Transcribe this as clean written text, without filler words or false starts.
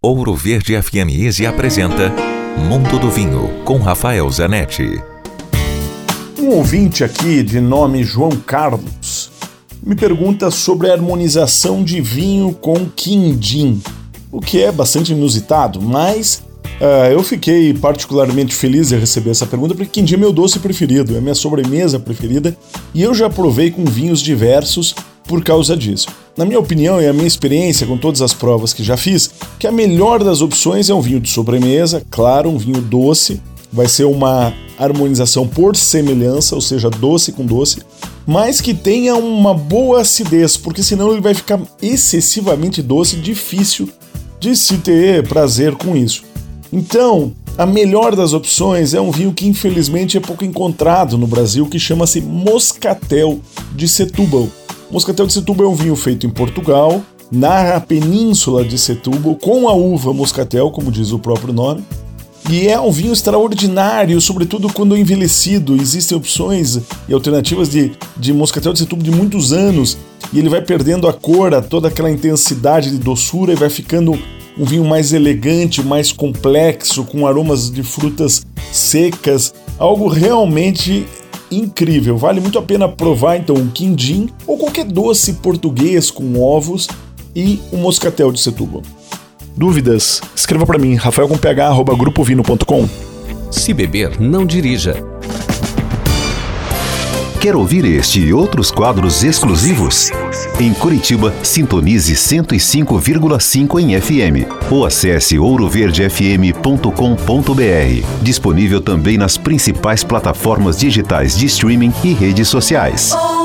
Ouro Verde FM Easy apresenta Mundo do Vinho, com Rafael Zanetti. Um ouvinte aqui, de nome João Carlos, me pergunta sobre a harmonização de vinho com quindim, o que é bastante inusitado, mas eu fiquei particularmente feliz em receber essa pergunta, porque quindim é meu doce preferido, é minha sobremesa preferida, e eu já provei com vinhos diversos por causa disso. Na minha opinião e a minha experiência com todas as provas que já fiz, que a melhor das opções é um vinho de sobremesa, claro, um vinho doce, vai ser uma harmonização por semelhança, ou seja, doce com doce, mas que tenha uma boa acidez, porque senão ele vai ficar excessivamente doce, difícil de se ter prazer com isso. Então, a melhor das opções é um vinho que infelizmente é pouco encontrado no Brasil, que chama-se Moscatel de Setúbal. Moscatel de Setúbal é um vinho feito em Portugal, na península de Setúbal, com a uva Moscatel, como diz o próprio nome. E é um vinho extraordinário, sobretudo quando envelhecido. Existem opções e alternativas de Moscatel de Setúbal de muitos anos, e ele vai perdendo a cor, toda aquela intensidade de doçura, e vai ficando um vinho mais elegante, mais complexo, com aromas de frutas secas, algo realmente incrível. Vale muito a pena provar então o quindim ou qualquer doce português com ovos e o Moscatel de Setúbal. Dúvidas? Escreva para mim, rafael@grupovino.com. Se beber, não dirija. Quer ouvir este e outros quadros exclusivos? Em Curitiba, sintonize 105,5 em FM ou acesse ouroverdefm.com.br. Disponível também nas principais plataformas digitais de streaming e redes sociais.